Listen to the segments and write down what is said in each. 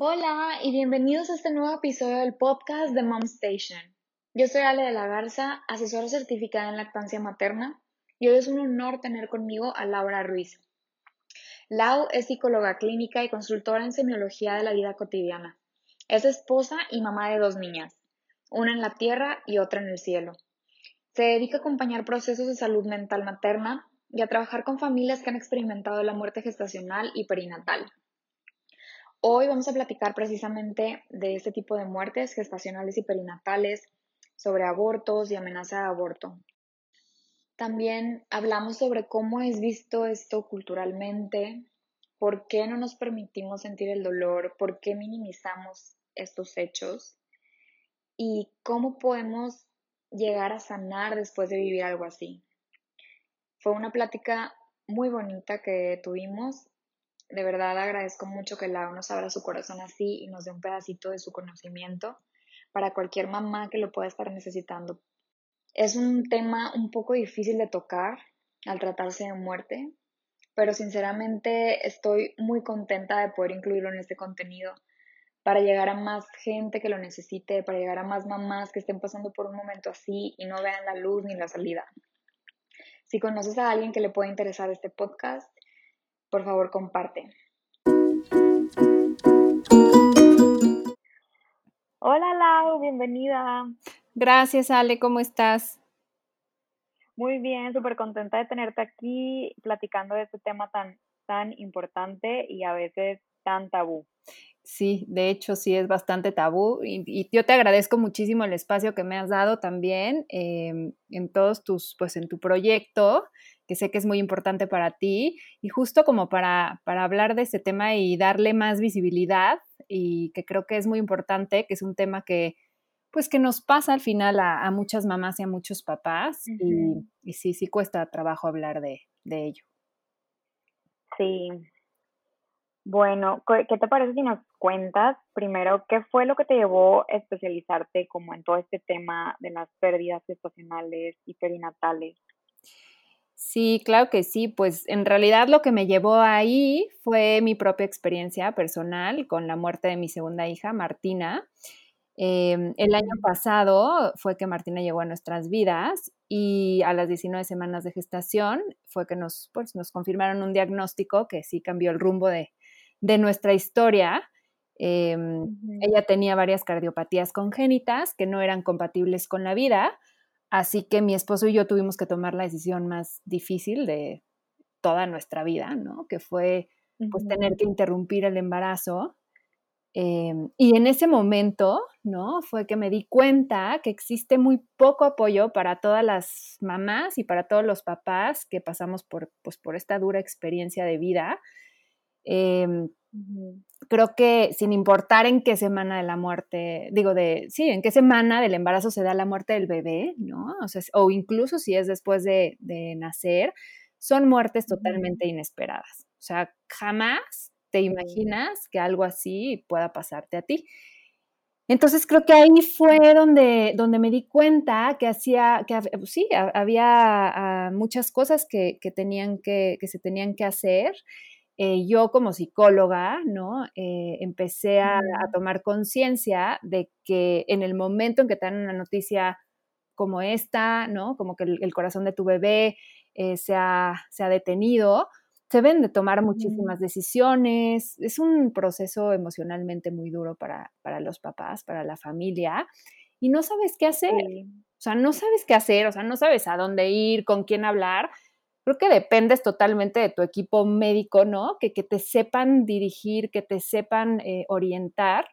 Hola y bienvenidos a este nuevo episodio del podcast de Mom Station. Yo soy Ale de la Garza, asesora certificada en lactancia materna, y hoy es un honor tener conmigo a Laura Ruiz. Lau es psicóloga clínica y consultora en semiología de la vida cotidiana. Es esposa y mamá de 2 niñas, una en la tierra y otra en el cielo. Se dedica a acompañar procesos de salud mental materna y a trabajar con familias que han experimentado la muerte gestacional y perinatal. Hoy vamos a platicar precisamente de este tipo de muertes gestacionales y perinatales, sobre abortos y amenaza de aborto. También hablamos sobre cómo es visto esto culturalmente, por qué no nos permitimos sentir el dolor, por qué minimizamos estos hechos y cómo podemos llegar a sanar después de vivir algo así. Fue una plática muy bonita que tuvimos. De verdad agradezco mucho que Lau nos abra su corazón así y nos dé un pedacito de su conocimiento para cualquier mamá que lo pueda estar necesitando. Es un tema un poco difícil de tocar al tratarse de muerte, pero sinceramente estoy muy contenta de poder incluirlo en este contenido para llegar a más gente que lo necesite, para llegar a más mamás que estén pasando por un momento así y no vean la luz ni la salida. Si conoces a alguien que le pueda interesar este podcast, por favor comparte. Hola Lau, bienvenida. Gracias, Ale, ¿cómo estás? Muy bien, súper contenta de tenerte aquí platicando de este tema tan importante y a veces tan tabú. Sí, de hecho sí es bastante tabú y yo te agradezco muchísimo el espacio que me has dado también en todos pues en tu proyecto, que sé que es muy importante para ti y justo como para hablar de este tema y darle más visibilidad y que creo que es muy importante, que es un tema que pues que nos pasa al final a muchas mamás y a muchos papás y sí cuesta trabajo hablar de ello. Sí, bueno, ¿qué te parece si nos cuentas primero qué fue lo que te llevó a especializarte como en todo este tema de las pérdidas gestacionales y perinatales? Sí, claro que sí. Pues en realidad lo que me llevó ahí fue mi propia experiencia personal con la muerte de mi segunda hija, Martina. El año pasado fue que Martina llegó a nuestras vidas y a las 19 semanas de gestación fue que pues, nos confirmaron un diagnóstico que sí cambió el rumbo de nuestra historia. Ella tenía varias cardiopatías congénitas que no eran compatibles con la vida. Así que mi esposo y yo tuvimos que tomar la decisión más difícil de toda nuestra vida, ¿no? Que fue, pues, tener que interrumpir el embarazo. Y en ese momento, ¿no? Fue que me di cuenta que existe muy poco apoyo para todas las mamás y para todos los papás que pasamos pues, por esta dura experiencia de vida. Em, Creo que sin importar en qué semana de la muerte, en qué semana del embarazo se da la muerte del bebé, ¿no? O sea, o incluso si es después de nacer, son muertes totalmente inesperadas. O sea, jamás te imaginas que algo así pueda pasarte a ti. Entonces creo que ahí fue donde me di cuenta que había muchas cosas que se tenían que hacer. Yo como psicóloga, ¿no? Empecé a tomar conciencia de que en el momento en que te dan una noticia como esta, ¿no? Como que el corazón de tu bebé se ha detenido, se deben de tomar muchísimas decisiones. Es un proceso emocionalmente muy duro para los papás, para la familia, y no sabes qué hacer. Sí. O sea, no sabes qué hacer, o sea, no sabes a dónde ir, con quién hablar. Creo que dependes totalmente de tu equipo médico, ¿no? Que te sepan dirigir, que te sepan orientar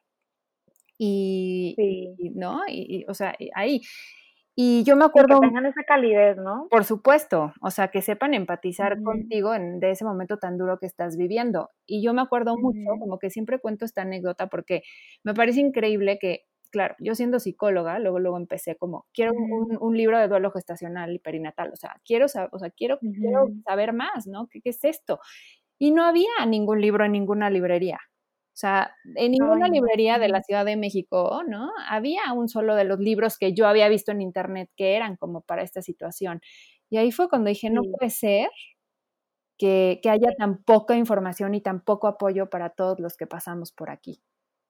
Sí. ¿no? O sea, ahí. Y yo me Sí, que acuerdo, tengan esa calidez, ¿no? por supuesto, o sea, que sepan empatizar contigo de ese momento tan duro que estás viviendo. Y yo me acuerdo mucho, como que siempre cuento esta anécdota porque me parece increíble que, claro, yo siendo psicóloga, luego empecé como, quiero un libro de duelo gestacional y perinatal, o sea, quiero saber más, ¿no? ¿Qué es esto? Y no había ningún libro en ninguna librería. O sea, en ninguna Ay, no. librería de la Ciudad de México, ¿no? Había un solo de los libros que yo había visto en internet que eran como para esta situación. Y ahí fue cuando dije, no Sí. puede ser que haya tan poca información y tan poco apoyo para todos los que pasamos por aquí.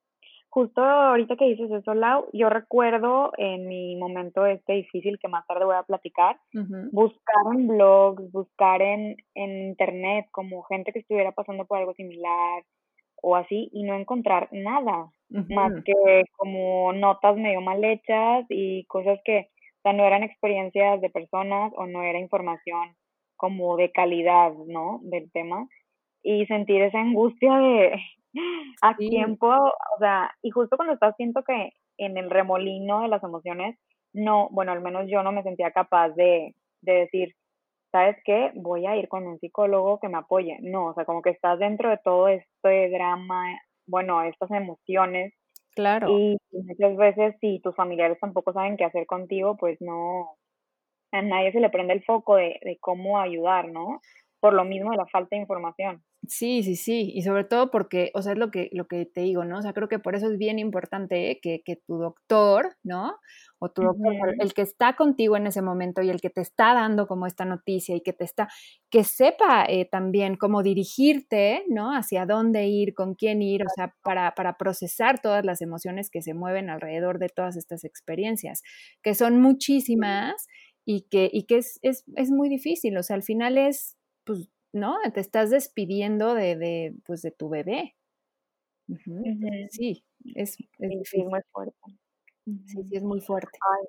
justo ahorita que dices eso, Lau, yo recuerdo en mi momento difícil que más tarde voy a platicar, Ujú. buscar en blogs, buscar en internet como gente que estuviera pasando por algo similar o así y no encontrar nada más Ujú. que como notas medio mal hechas y cosas que, o sea, no eran experiencias de personas o no era información como de calidad, ¿no? Del tema y sentir esa angustia de a Sí, quién puedo, o sea, y justo cuando estás siento que en el remolino de las emociones, no, bueno, al menos yo no me sentía capaz de decir, ¿sabes qué? Voy a ir con un psicólogo que me apoye. No, o sea, como que estás dentro de todo este drama, bueno, estas emociones, claro. y muchas veces si tus familiares tampoco saben qué hacer contigo, pues no, a nadie se le prende el foco de cómo ayudar, ¿no? Por lo mismo de la falta de información. Sí, sí, sí, y sobre todo porque, o sea, es lo que te digo, ¿no? O sea, creo que por eso es bien importante que tu doctor, ¿no? O tu doctor, o sea, Ujú. el que está contigo en ese momento y el que te está dando como esta noticia y que sepa, también cómo dirigirte, ¿no? Hacia dónde ir, con quién ir, o sea, para procesar todas las emociones que se mueven alrededor de todas estas experiencias, que son muchísimas y que es muy difícil, o sea, al final es, pues, ¿no? Te estás despidiendo pues, de tu bebé. Ujú. Entonces, Ujú. sí, es Sí, sí, es difícil. muy fuerte. Sí, Ujú. sí, es muy fuerte. Ay,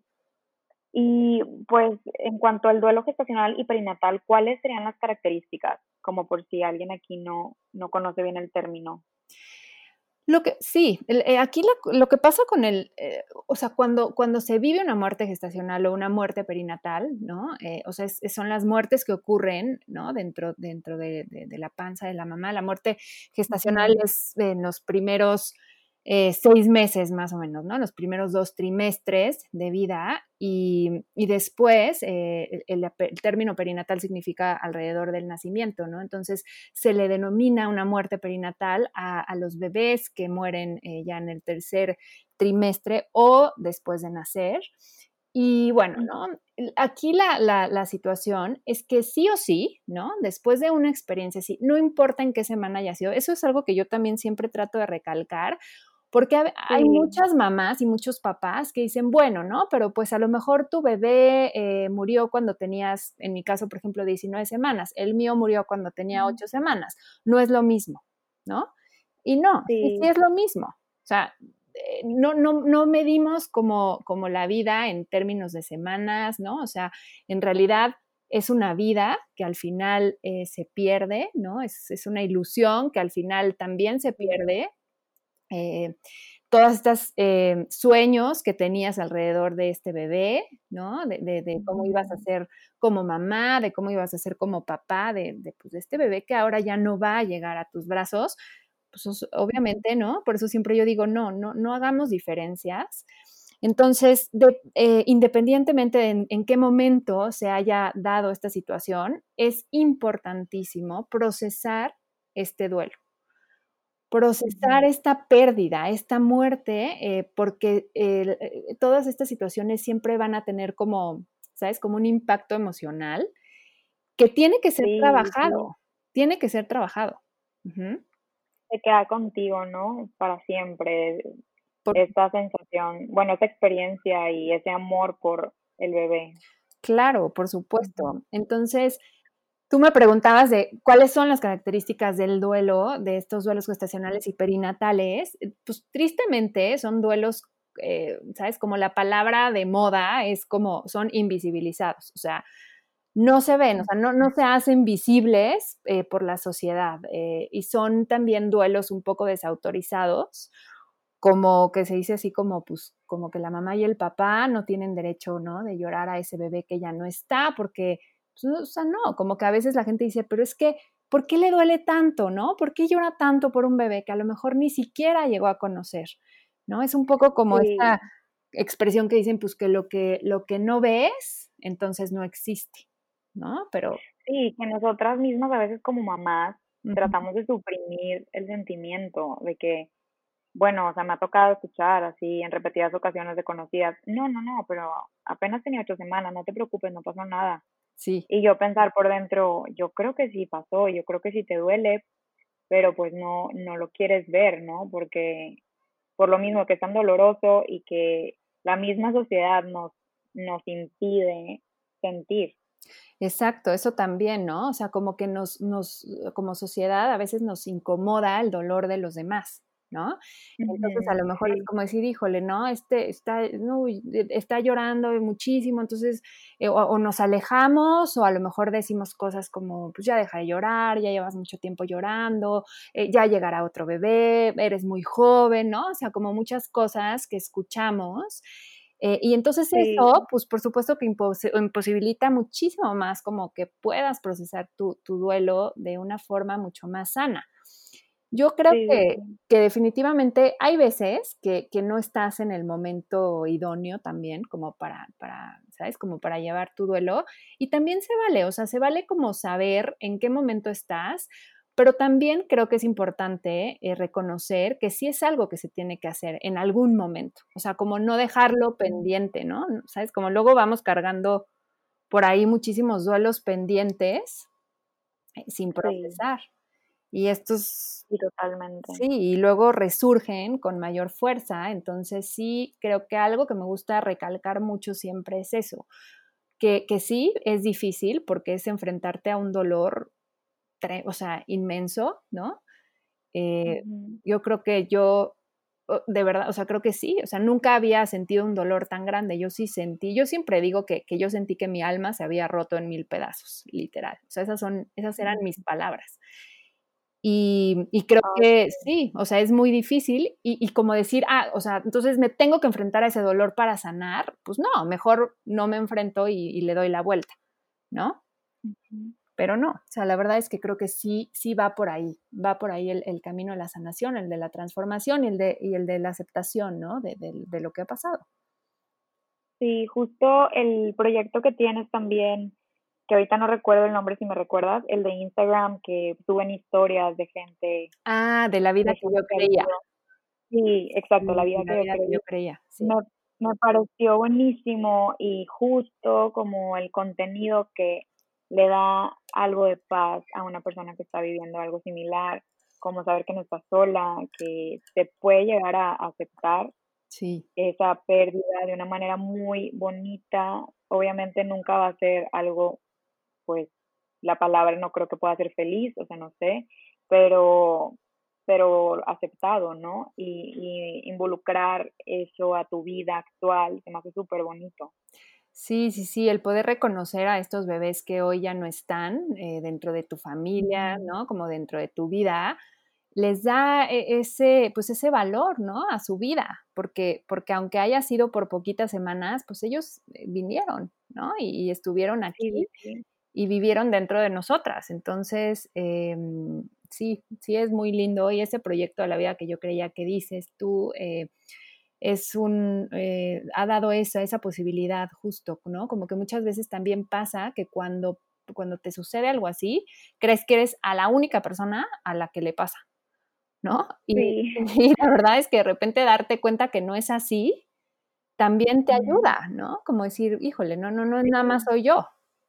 y pues en cuanto al duelo gestacional y perinatal, ¿cuáles serían las características? Como por si alguien aquí no conoce bien el término. Lo que sí, aquí lo que pasa con o sea, cuando se vive una muerte gestacional o una muerte perinatal, ¿no? O sea, son las muertes que ocurren, ¿no? Dentro de la panza de la mamá. La muerte gestacional Ujú. es en los primeros 6 meses más o menos, ¿no? Los primeros 2 trimestres de vida y después el término perinatal significa alrededor del nacimiento, ¿no? Entonces se le denomina una muerte perinatal a los bebés que mueren ya en el tercer trimestre o después de nacer. Y bueno, Mm. ¿no? Aquí la situación es que sí o sí, ¿no? Después de una experiencia así, no importa en qué semana haya sido, eso es algo que yo también siempre trato de recalcar, porque hay Sí. muchas mamás y muchos papás que dicen, bueno, ¿no? Pero pues a lo mejor tu bebé murió cuando tenías, en mi caso, por ejemplo, 19 semanas, el mío murió cuando tenía Ujú. 8 semanas, no es lo mismo, ¿no? Y no, sí, sí Sí, es lo mismo. O sea, no medimos como la vida en términos de semanas, ¿no? O sea, en realidad es una vida que al final se pierde, ¿no? Es una ilusión que al final también se sí. pierde. Eh, Todas estas sueños que tenías alrededor de este bebé, ¿no? De cómo ibas a Ujú. ser como mamá, de cómo ibas a ser como papá, pues, de este bebé que ahora ya no va a llegar a tus brazos, pues, Ujú. obviamente, ¿no? Por eso siempre yo digo, no hagamos diferencias. Entonces, independientemente de en qué momento se haya dado esta situación, es importantísimo procesar este duelo. Procesar Ujú. esta pérdida, esta muerte, porque todas estas situaciones siempre van a tener como, ¿sabes? Como un impacto emocional que Sí, sí. tiene que ser trabajado. Ujú. Se queda contigo, ¿no? Para siempre Por esta sensación, bueno, esa experiencia y ese amor por el bebé. Claro, por Ujú. supuesto. Entonces, tú me preguntabas de cuáles son las características del duelo, de estos duelos gestacionales y perinatales. Pues tristemente son duelos, ¿sabes? Como la palabra de moda es como son invisibilizados, o sea, no se ven, o sea, no se hacen visibles por la sociedad y son también duelos un poco desautorizados, como que se dice así como, pues, como que la mamá y el papá no tienen derecho, ¿no? De llorar a ese bebé que ya no está, porque, pues, o sea, no, como que a veces la gente dice, pero es que, ¿por qué le duele tanto, no? ¿Por qué llora tanto por un bebé que a lo mejor ni siquiera llegó a conocer, ¿no? Es un poco como Sí, esta expresión que dicen, pues, que lo que no ves, entonces no existe, ¿no? Pero sí, que nosotras mismas a veces como mamás ujú, tratamos de suprimir el sentimiento de que, bueno, o sea, me ha tocado escuchar así en repetidas ocasiones de conocidas, no, pero apenas tenía 8 semanas, no te preocupes, no pasó nada. sí, Y yo pensar por dentro, yo creo que sí pasó, yo creo que sí te duele, pero pues no lo quieres ver, ¿no? Porque por lo mismo que es tan doloroso y que la misma sociedad nos impide sentir. Exacto, eso también, ¿no? O sea, como que como sociedad a veces nos incomoda el dolor de los demás, ¿no? Entonces, a Ujú, lo mejor es sí, como decir, híjole, ¿no? Está, no, está llorando muchísimo, entonces, o nos alejamos, o a lo mejor decimos cosas como, pues ya deja de llorar, ya llevas mucho tiempo llorando, ya llegará otro bebé, eres muy joven, ¿no? O sea, como muchas cosas que escuchamos y entonces sí, eso, pues por supuesto que imposibilita muchísimo más como que puedas procesar tu duelo de una forma mucho más sana. Yo creo sí, sí, sí. que definitivamente hay veces que no estás en el momento idóneo también como ¿sabes? Como para llevar tu duelo y también se vale, o sea, se vale como saber en qué momento estás, pero también creo que es importante, reconocer que sí es algo que se tiene que hacer en algún momento, o sea, como no dejarlo Mm, pendiente, ¿no? ¿Sabes? Como luego vamos cargando por ahí muchísimos duelos pendientes, sin sí, procesar. Y estos sí, totalmente. sí, y luego resurgen con mayor fuerza. Entonces, sí, creo que algo que me gusta recalcar mucho siempre es eso, que sí es difícil porque es enfrentarte a un dolor, o sea, inmenso, ¿no? Eh, Ujú. yo creo que yo, de verdad, o sea, creo que sí, o sea, nunca había sentido un dolor tan grande. Yo sí sentí, yo siempre digo que yo sentí que mi alma se había roto en 1000 pedazos, literal. O sea, esas eran mis Mm, palabras. Y creo ah, que sí, o sea, es muy difícil y como decir, o sea, entonces me tengo que enfrentar a ese dolor para sanar, pues no, mejor no me enfrento y le doy la vuelta, ¿no? ujú. Pero no, o sea, la verdad es que creo que sí va por ahí el camino de la sanación, el de la transformación y el de la aceptación, ¿no? De lo que ha pasado. Sí, justo el proyecto que tienes también, que ahorita no recuerdo el nombre, si me recuerdas, el de Instagram, que suben historias De la vida de que yo gente que ha creía. vivido. Sí, exacto, la Sí, vida la que yo vida que yo creí. creía, sí. Me, me pareció buenísimo y justo como el contenido que le da algo de paz a una persona que está viviendo algo similar, como saber que no está sola, que se puede llegar a aceptar Sí. esa pérdida de una manera muy bonita. Obviamente nunca va a ser algo, pues, la palabra no creo que pueda ser feliz, o sea, no sé, pero pero aceptado, ¿no? Y involucrar eso a tu vida actual se me hace súper bonito. Sí, sí, sí, el poder reconocer a estos bebés que hoy ya no están, dentro de tu familia, Ujú. ¿no? Como dentro de tu vida, les da ese, pues ese valor, ¿no? A su vida, porque aunque haya sido por poquitas semanas, pues ellos vinieron, ¿no? Y estuvieron Sí, sí, aquí sí. y vivieron dentro de nosotras. Entonces, sí, sí es muy lindo y ese proyecto de la vida que yo creía que dices tú, ha dado esa posibilidad justo, ¿no? Como que muchas veces también pasa que cuando te sucede algo así, crees que eres a la única persona a la que le pasa, ¿no? Y, Sí. y la verdad es que de repente darte cuenta que no es así, también te Ujú. ayuda, ¿no? Como decir, híjole, no, nada más Sí, soy yo.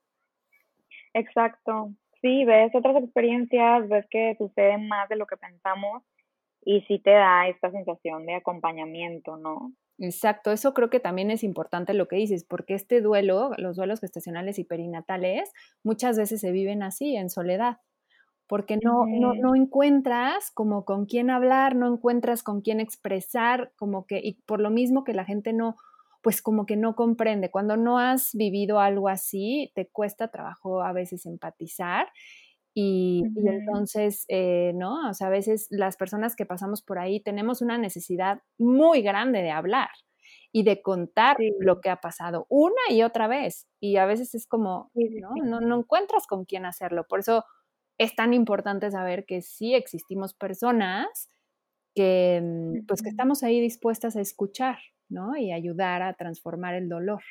exacto. Sí, ves otras experiencias, ves que sucede más de lo que pensamos y sí te da esta sensación de acompañamiento, ¿no? Exacto, eso creo que también es importante lo que dices, porque este duelo, los duelos gestacionales y perinatales, muchas veces se viven así, en soledad. Porque Ujú. no encuentras como con quién hablar, no encuentras con quién expresar, como que y por lo mismo que la gente no, pues, como que no comprende. Cuando no has vivido algo así, te cuesta trabajo a veces empatizar y Ujú. entonces, ¿no? O sea, a veces las personas que pasamos por ahí tenemos una necesidad muy grande de hablar y de contar lo Sí, que ha pasado una y otra vez, y a veces es como, sí, sí, ¿no? sí. No encuentras con quién hacerlo. Por eso es tan importante saber que sí existimos personas que, pues, que Ujú. estamos ahí dispuestas a escuchar, ¿no? Y ayudar a transformar el dolor.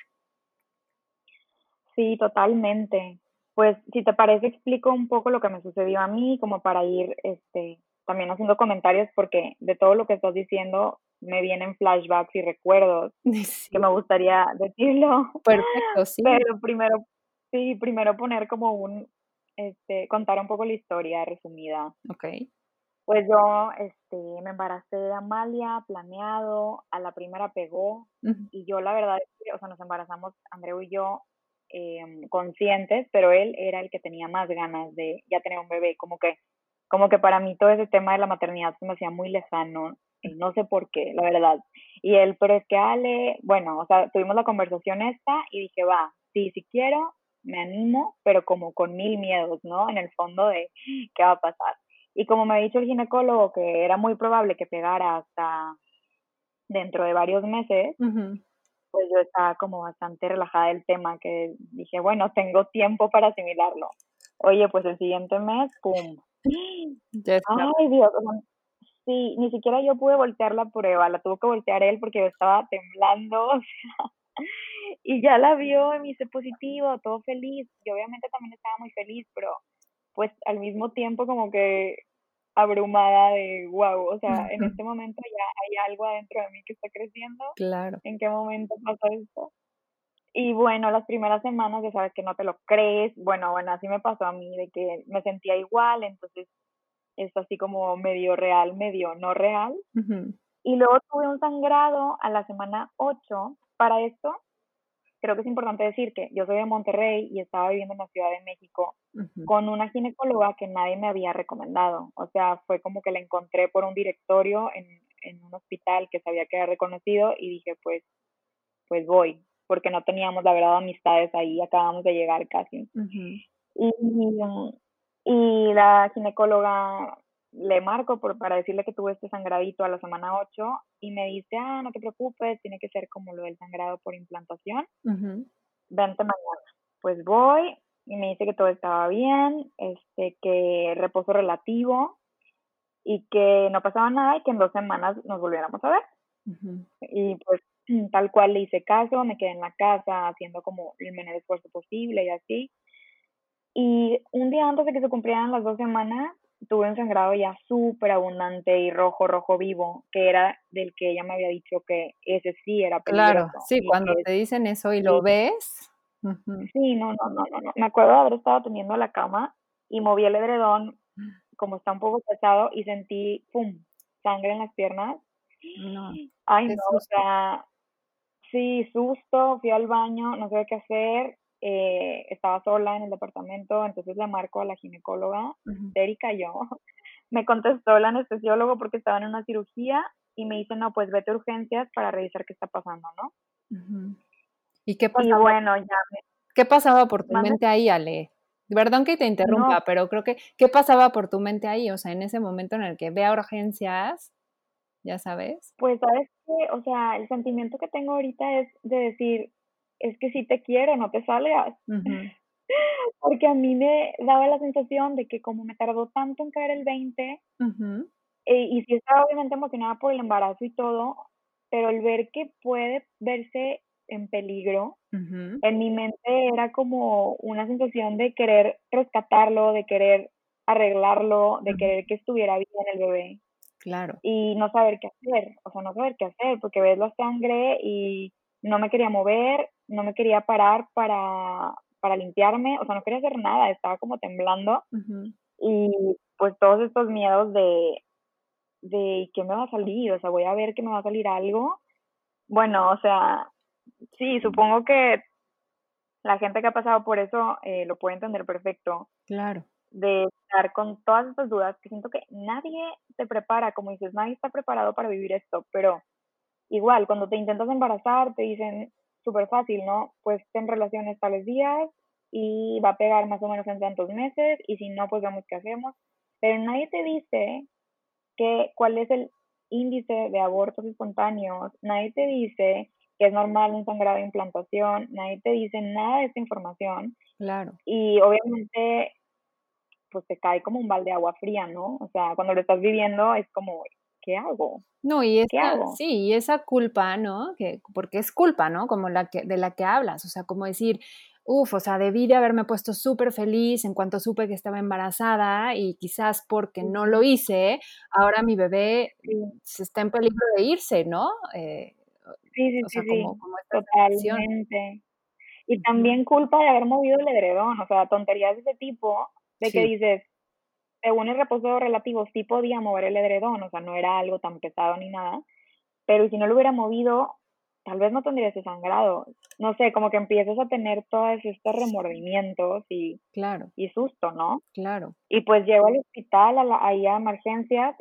Sí, totalmente. Pues, si te parece, explico un poco lo que me sucedió a mí, como para ir, también haciendo comentarios, porque de todo lo que estás diciendo me vienen flashbacks y recuerdos que Sí, me gustaría decirlo, perfecto, sí, pero primero, sí, primero poner como contar un poco la historia resumida. okey. Pues yo, me embaracé de Amalia, planeado, a la primera pegó, Ujú. y yo la verdad es que, o sea, nos embarazamos Andreu y yo, conscientes, pero él era el que tenía más ganas de ya tener un bebé, como que para mí todo ese tema de la maternidad se me hacía muy lejano, no sé por qué, la verdad. Y él, pero es que Ale, bueno, o sea, tuvimos la conversación esta y dije, va, sí, si quiero, me animo, pero como con mil miedos, ¿no? En el fondo de qué va a pasar. Y como me ha dicho el ginecólogo que era muy probable que pegara hasta dentro de varios meses, Ujú. pues yo estaba como bastante relajada del tema, que dije, bueno, tengo tiempo para asimilarlo. Oye, pues el siguiente mes, ¡pum! Ya estaba. Ay, Dios, o sea, sí, ni siquiera yo pude voltear la prueba, la tuvo que voltear él porque yo estaba temblando, o sea, y ya la vio y me dice positivo, todo feliz. Yo obviamente también estaba muy feliz, pero pues al mismo tiempo como que abrumada de wow, o sea, en Ujú. este momento ya hay algo adentro de mí que está creciendo. Claro. ¿En qué momento pasó esto? Y bueno, las primeras semanas ya sabes que no te lo crees. Bueno, así me pasó a mí, de que me sentía igual, entonces es así como medio real, medio no real. Ujú. Y luego tuve un sangrado a la semana 8. Para esto, creo que es importante decir que yo soy de Monterrey y estaba viviendo en la Ciudad de México Ujú. con una ginecóloga que nadie me había recomendado. O sea, fue como que la encontré por un directorio en un hospital que sabía que era reconocido y dije, pues voy, porque no teníamos, la verdad, amistades ahí, acabamos de llegar casi. Ujú. Y, y la ginecóloga le marco para decirle que tuve este sangradito a la semana 8 y me dice, no te preocupes, tiene que ser como lo del sangrado por implantación, Ujú. vente mañana. Pues voy y me dice que todo estaba bien, que reposo relativo y que no pasaba nada y que en 2 semanas nos volviéramos a ver. Ujú. Y pues tal cual le hice caso, me quedé en la casa haciendo como el menor esfuerzo posible y así. Y un día antes de que se cumplieran las 2 semanas, tuve un sangrado ya súper abundante y rojo, rojo vivo, que era del que ella me había dicho que ese sí era Claro, peligroso sí, y cuando que te dicen eso y lo sí, ves. Ujú. sí, no, no, no, no, no. Me acuerdo de haber estado teniendo la cama y moví el edredón como está un poco pesado y sentí, pum, sangre en las piernas. No, Ay, qué no, o susto. sea, sí, susto, fui al baño, no sabía qué hacer, estaba sola en el departamento, entonces le marco a la ginecóloga, Ujú. histérica yo, me contestó el anestesiólogo porque estaba en una cirugía y me dice, no, pues vete a urgencias para revisar qué está pasando, ¿no? Ujú. ¿Y qué Y pasaba bueno, ya qué pasaba por tu mande, mente ahí, Ale? Perdón que te no, interrumpa, pero creo que, ¿qué pasaba por tu mente ahí? O sea, en ese momento en el que ve a urgencias, ¿ya sabes? pues sabes que, o sea, el sentimiento que tengo ahorita es de decir, es que si te quiero, no te salgas. Ujú. Porque a mí me daba la sensación de que como me tardó tanto en caer el 20, Ujú. y sí estaba obviamente emocionada por el embarazo y todo, pero el ver que puede verse en peligro, Ujú. en mi mente era como una sensación de querer rescatarlo, de querer arreglarlo, de Ujú. querer que estuviera bien el bebé Claro. y no saber qué hacer, o sea, no saber qué hacer, porque ves la sangre y no me quería mover, no me quería parar para limpiarme, o sea, no quería hacer nada, estaba como temblando Ujú. y pues todos estos miedos de qué me va a salir, o sea, voy a ver que me va a salir algo. Bueno, o sea, sí, supongo que la gente que ha pasado por eso lo puede entender perfecto, Claro. de estar con todas estas dudas, que siento que nadie te prepara, como dices, nadie está preparado para vivir esto, pero igual, cuando te intentas embarazar, te dicen súper fácil, ¿no? Pues ten relaciones tales días y va a pegar más o menos en tantos meses y si no, pues vemos qué hacemos. Pero nadie te dice cuál es el índice de abortos espontáneos, nadie te dice que es normal un sangrado de implantación, nadie te dice nada de esta información Claro. y obviamente pues te cae como un balde de agua fría, ¿no? O sea, cuando lo estás viviendo es como, ¿qué hago? No, y ¿Qué esa hago? sí, y esa culpa, ¿no? Que porque es culpa, ¿no? Como la que de la que hablas, o sea, como decir: "Uf, o sea, debí de haberme puesto súper feliz en cuanto supe que estaba embarazada y quizás porque no lo Sí, hice, ahora mi bebé sí. se está en peligro de irse", ¿no? Sí, sí, O sí, sea, como sí, como esta sensación. totalmente. Y Ujú. también culpa de haber movido el edredón, o sea, tonterías de ese tipo, de que Sí. dices, según el reposo relativo, sí podía mover el edredón, o sea, no era algo tan pesado ni nada, pero si no lo hubiera movido, tal vez no tendría ese sangrado. No sé, como que empiezas a tener todos estos remordimientos Claro, y susto, ¿no? claro. Y pues llego al hospital, ahí a emergencias,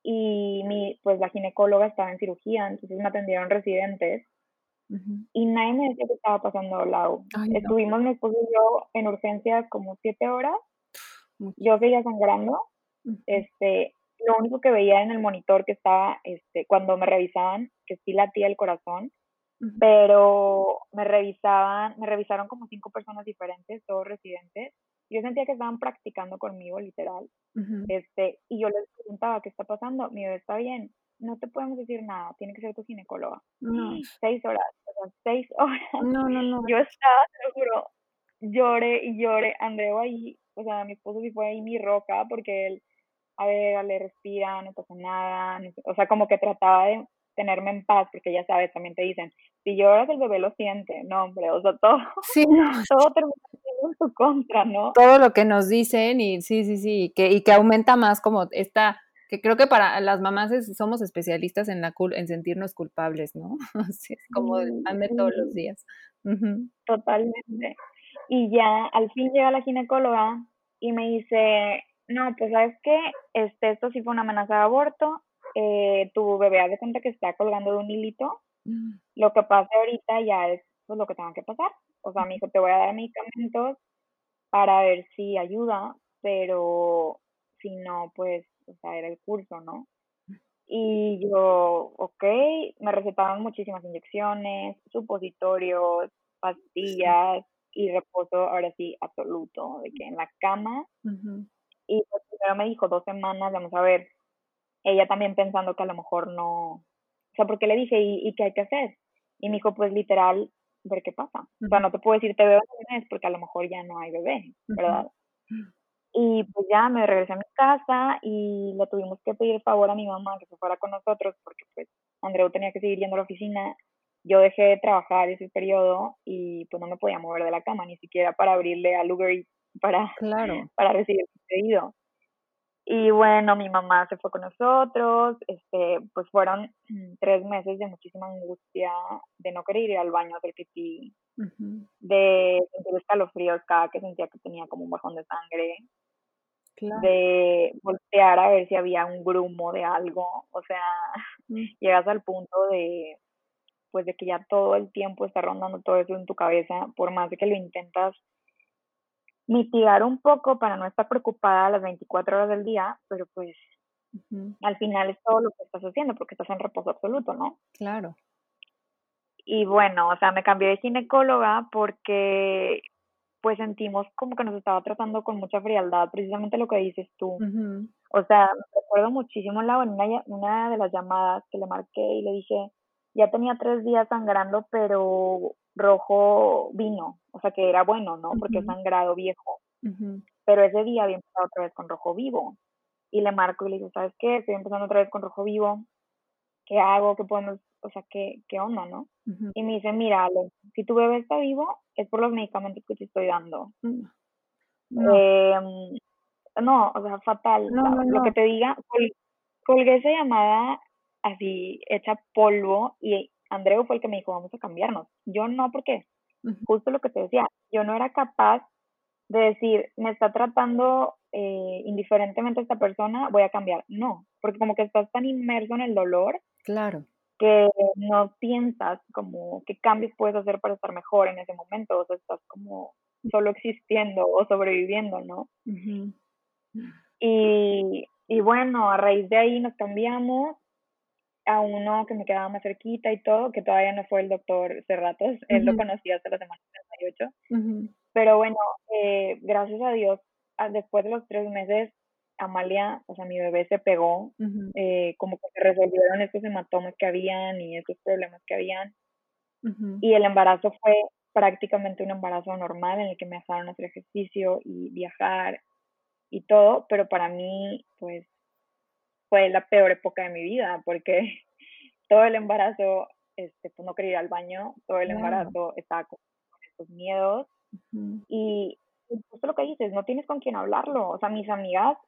y pues la ginecóloga estaba en cirugía, entonces me atendieron residentes, Ujú. y nadie me decía qué estaba pasando, Lau. Ay, no, Estuvimos mi esposo y yo en urgencias como 7 horas, mucho. yo seguía sangrando, Ujú, este, lo único que veía en el monitor que estaba, cuando me revisaban, que sí latía el corazón, ujú, pero me revisaron como 5 personas diferentes, todos residentes. Yo sentía que estaban practicando conmigo, literal. ujú. Y yo les preguntaba, ¿qué está pasando? Mi bebé está bien, no te podemos decir nada, tiene que ser tu ginecóloga. No, 6 horas, o sea, 6 horas. no, no, no. Yo estaba, te lo juro, lloré y lloré. Andreu ahí, o sea, mi esposo sí fue ahí mi roca, porque él, a ver, dale, respira, no pasa nada, no sé, o sea, como que trataba de tenerme en paz, porque ya sabes, también te dicen, si lloras el bebé lo siente, no hombre, o sea, todo, Sí, no, todo termina siendo en tu contra, ¿no? todo lo que nos dicen y sí, sí, sí, y que aumenta más como esta, que creo que para las mamás somos especialistas en en sentirnos culpables, ¿no? Así es como el Sí, pan de todos los sí, días. Ujú, totalmente. Y ya al fin llega la ginecóloga y me dice, no, pues sabes qué, esto sí fue una amenaza de aborto, tu bebé haz de cuenta que está colgando de un hilito, mm, lo que pasa ahorita ya es pues, lo que tenga que pasar. O sea, me dijo, te voy a dar medicamentos para ver si ayuda, pero si no, pues, o sea, era el curso, ¿no? Y yo, ok, me recetaron muchísimas inyecciones, supositorios, pastillas y reposo, ahora sí, absoluto, de que en la cama. ujú, Y pues primero me dijo 2 semanas, vamos a ver. Ella también pensando que a lo mejor no, o sea, porque le dije, ¿y qué hay que hacer? Y me dijo, pues literal, ver qué pasa. O sea, ujú, no te puedo decir te veo en un mes porque a lo mejor ya no hay bebé, ujú, ¿verdad? Y pues ya me regresé a mi casa y le tuvimos que pedir favor a mi mamá que se fuera con nosotros porque pues Andreu tenía que seguir yendo a la oficina. Yo dejé de trabajar ese periodo y pues no me podía mover de la cama, ni siquiera para abrirle al Uber Eats para, claro. para recibir su pedido. Y bueno, mi mamá se fue con nosotros, pues fueron 3 meses de muchísima angustia, de no querer ir al baño a hacer pipí, Ujú, de sentir escalofríos cada que sentía que tenía como un bajón de sangre, claro. de voltear a ver si había un grumo de algo, o sea, Mm, llegas al punto de, pues de que ya todo el tiempo está rondando todo eso en tu cabeza, por más de que lo intentas mitigar un poco para no estar preocupada las 24 horas del día, pero pues ujú, al final es todo lo que estás haciendo porque estás en reposo absoluto, ¿no? claro. Y bueno, o sea, me cambié de ginecóloga porque pues sentimos como que nos estaba tratando con mucha frialdad, precisamente lo que dices tú. Ujú, O sea, me recuerdo muchísimo en una de las llamadas que le marqué y le dije, ya tenía 3 días sangrando, pero rojo vino, o sea que era bueno, ¿no? Porque es ujú, sangrado viejo, ujú, pero ese día había empezado otra vez con rojo vivo. Y le marco y le digo, ¿sabes qué? Estoy empezando otra vez con rojo vivo, ¿qué hago? ¿Qué podemos, o sea, qué onda, no? ujú. Y me dice, mira, Ale, si tu bebé está vivo, es por los medicamentos que te estoy dando. Mm, no, Eh, no, o sea, fatal. no, no, Lo que no. te diga, colgué esa llamada así, hecha polvo, y Andreu fue el que me dijo, vamos a cambiarnos. Yo no, porque Ujú, justo lo que te decía, yo no era capaz de decir, me está tratando indiferentemente esta persona, voy a cambiar. No, porque como que estás tan inmerso en el dolor claro. que no piensas como qué cambios puedes hacer para estar mejor en ese momento, o sea, estás como solo existiendo o sobreviviendo, ¿no? Ujú, Y bueno, a raíz de ahí nos cambiamos a uno que me quedaba más cerquita y todo, que todavía no fue el doctor Cerratos, él lo ujú, conocía hasta la semana 38, ujú, pero bueno, gracias a Dios, después de los 3 meses, Amalia, o sea, mi bebé se pegó, ujú, como que se resolvieron estos hematomas que habían y estos problemas que habían, ujú. y el embarazo fue prácticamente un embarazo normal en el que me dejaron hacer ejercicio y viajar y todo, pero para mí, pues, fue la peor época de mi vida, porque todo el embarazo, pues no quería ir al baño, todo el Claro. embarazo estaba con estos miedos Ujú, y justo lo que dices, no tienes con quién hablarlo. O sea, mis amigas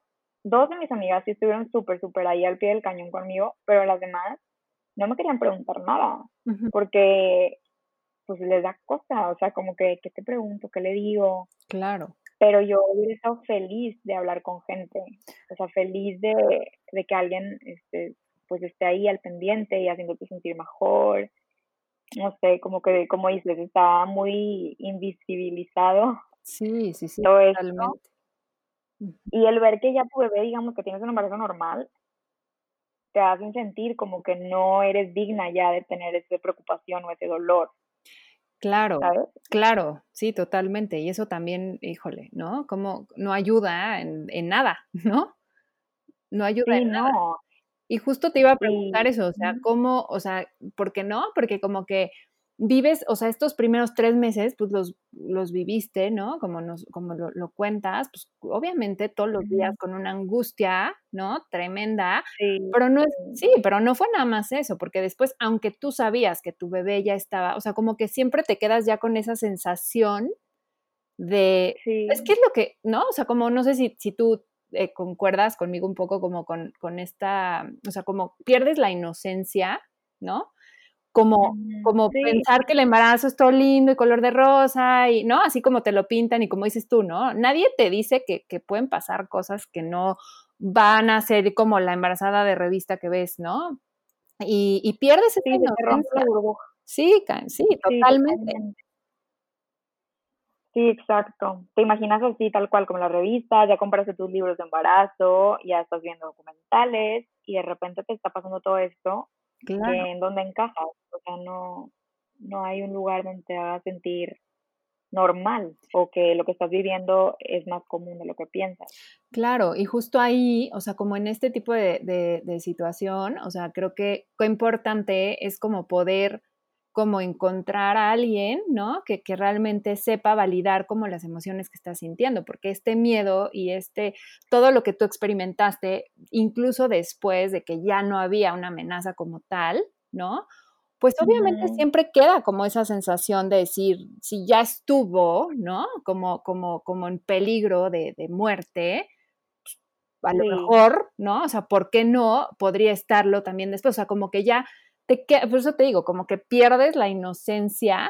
2 de mis amigas sí estuvieron súper, súper ahí al pie del cañón conmigo, pero las demás no me querían preguntar nada, Ujú. porque pues les da cosa, o sea, como que, ¿qué te pregunto? ¿Qué le digo? Claro. Pero yo hubiera estado feliz de hablar con gente, o sea, feliz de que alguien, pues esté ahí al pendiente y haciéndote sentir mejor. No sé, como que, como dices, está muy invisibilizado Sí, sí, sí, todo esto. totalmente. Ujú. Y el ver que ya tu bebé, digamos, que tienes un embarazo normal, te hacen sentir como que no eres digna ya de tener esa preocupación o ese dolor, Claro, ¿sabes? claro, sí, totalmente. Y eso también, híjole, ¿no? Como no ayuda en nada, ¿no? No ayuda Sí, en nada. no. Y justo te iba a preguntar Y eso, o sea, ¿cómo? O sea, ¿por qué no? Porque como que vives, o sea, estos primeros 3 meses, pues los viviste, ¿no? Como lo cuentas, pues obviamente todos los días ujú, con una angustia, ¿no? Tremenda, sí, pero no es sí, sí, pero no fue nada más eso, porque después, aunque tú sabías que tu bebé ya estaba, o sea, como que siempre te quedas ya con esa sensación de es que sí, es lo que, ¿no? O sea, como no sé si tú, concuerdas conmigo un poco como con esta, o sea, como pierdes la inocencia, ¿no? Como ujú, como sí, pensar que el embarazo es todo lindo y color de rosa y, ¿no? Así como te lo pintan y como dices tú, ¿no? Nadie te dice que pueden pasar cosas que no van a ser como la embarazada de revista que ves, ¿no? Y pierdes esa sí, se te rompe la inocencia. burbuja. Sí, Sí, totalmente. totalmente. Sí, exacto. Te imaginas así, tal cual como la revista, ya compraste tus libros de embarazo, ya estás viendo documentales y de repente te está pasando todo esto, Claro. que en dónde encajas, o sea, no hay un lugar donde te hagas sentir normal o que lo que estás viviendo es más común de lo que piensas. Claro, y justo ahí, o sea, como en este tipo de situación, o sea, creo que qué importante es como poder como encontrar a alguien, ¿no? Que realmente sepa validar como las emociones que estás sintiendo, porque este miedo y todo lo que tú experimentaste, incluso después de que ya no había una amenaza como tal, ¿no? Pues obviamente Ujú, siempre queda como esa sensación de decir, si ya estuvo, ¿no? Como en peligro de muerte, a lo sí, mejor, ¿no? O sea, ¿por qué no podría estarlo también después? O sea, como que ya por eso te digo, como que pierdes la inocencia